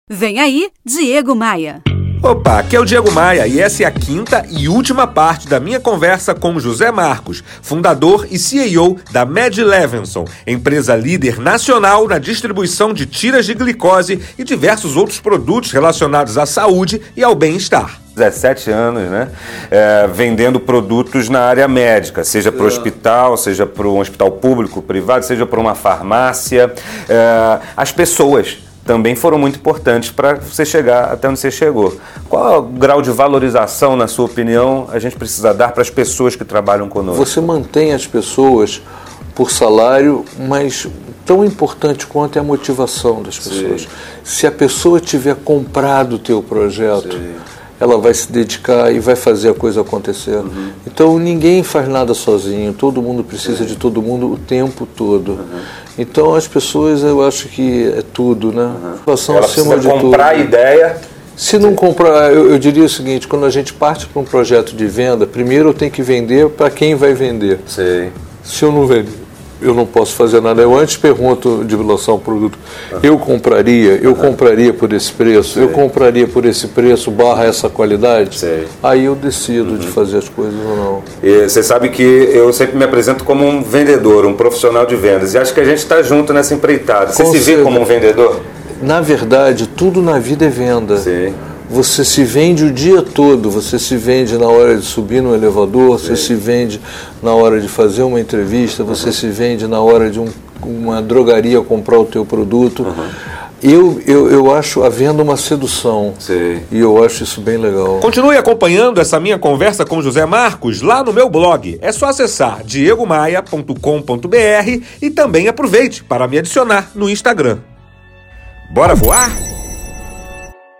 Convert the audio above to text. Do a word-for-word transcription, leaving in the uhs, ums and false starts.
Vem aí, Diego Maia. Opa, aqui é o Diego Maia e essa é a quinta e última parte da minha conversa com José Marcos, fundador e C E O da Med Levenson, empresa líder nacional na distribuição de tiras de glicose e diversos outros produtos relacionados à saúde e ao bem-estar. dezessete anos, né? É, vendendo produtos na área médica, seja para o hospital, seja para um hospital público, privado, seja para uma farmácia. É, as pessoas também foram muito importantes para você chegar até onde você chegou. Qual é o grau de valorização, na sua opinião, a gente precisa dar para as pessoas que trabalham conosco? Você mantém as pessoas por salário, mas tão importante quanto é a motivação das pessoas. Sim. Se a pessoa tiver comprado o teu projeto, sim, ela vai se dedicar e vai fazer a coisa acontecer. Uhum. Então ninguém faz nada sozinho, todo mundo precisa, sim, de todo mundo o tempo todo. Uhum. Então as pessoas, eu acho que é tudo, né? Uhum. Ela precisa comprar a ideia. Se não comprar, eu, eu diria o seguinte, quando a gente parte para um projeto de venda, primeiro eu tenho que vender para quem vai vender. Sim. Se eu não vender, eu não posso fazer nada. Eu antes pergunto de lançar um produto, eu compraria, eu compraria por esse preço, Sim. eu compraria por esse preço, barra essa qualidade, Sim. aí eu decido uhum. de fazer as coisas ou não. E você sabe que eu sempre me apresento como um vendedor, um profissional de vendas, e acho que a gente está junto nessa empreitada. Você Com se vê certeza. como um vendedor? Na verdade, tudo na vida é venda. Sim. Você se vende o dia todo, você se vende na hora de subir no elevador, Sim. você se vende na hora de fazer uma entrevista, você uhum. se vende na hora de um, uma drogaria comprar o teu produto. Uhum. Eu, eu, eu acho a venda uma sedução. Sim. E eu acho isso bem legal. Continue acompanhando essa minha conversa com José Marcos lá no meu blog. É só acessar diego maia ponto com ponto b r e também aproveite para me adicionar no Instagram. Bora voar?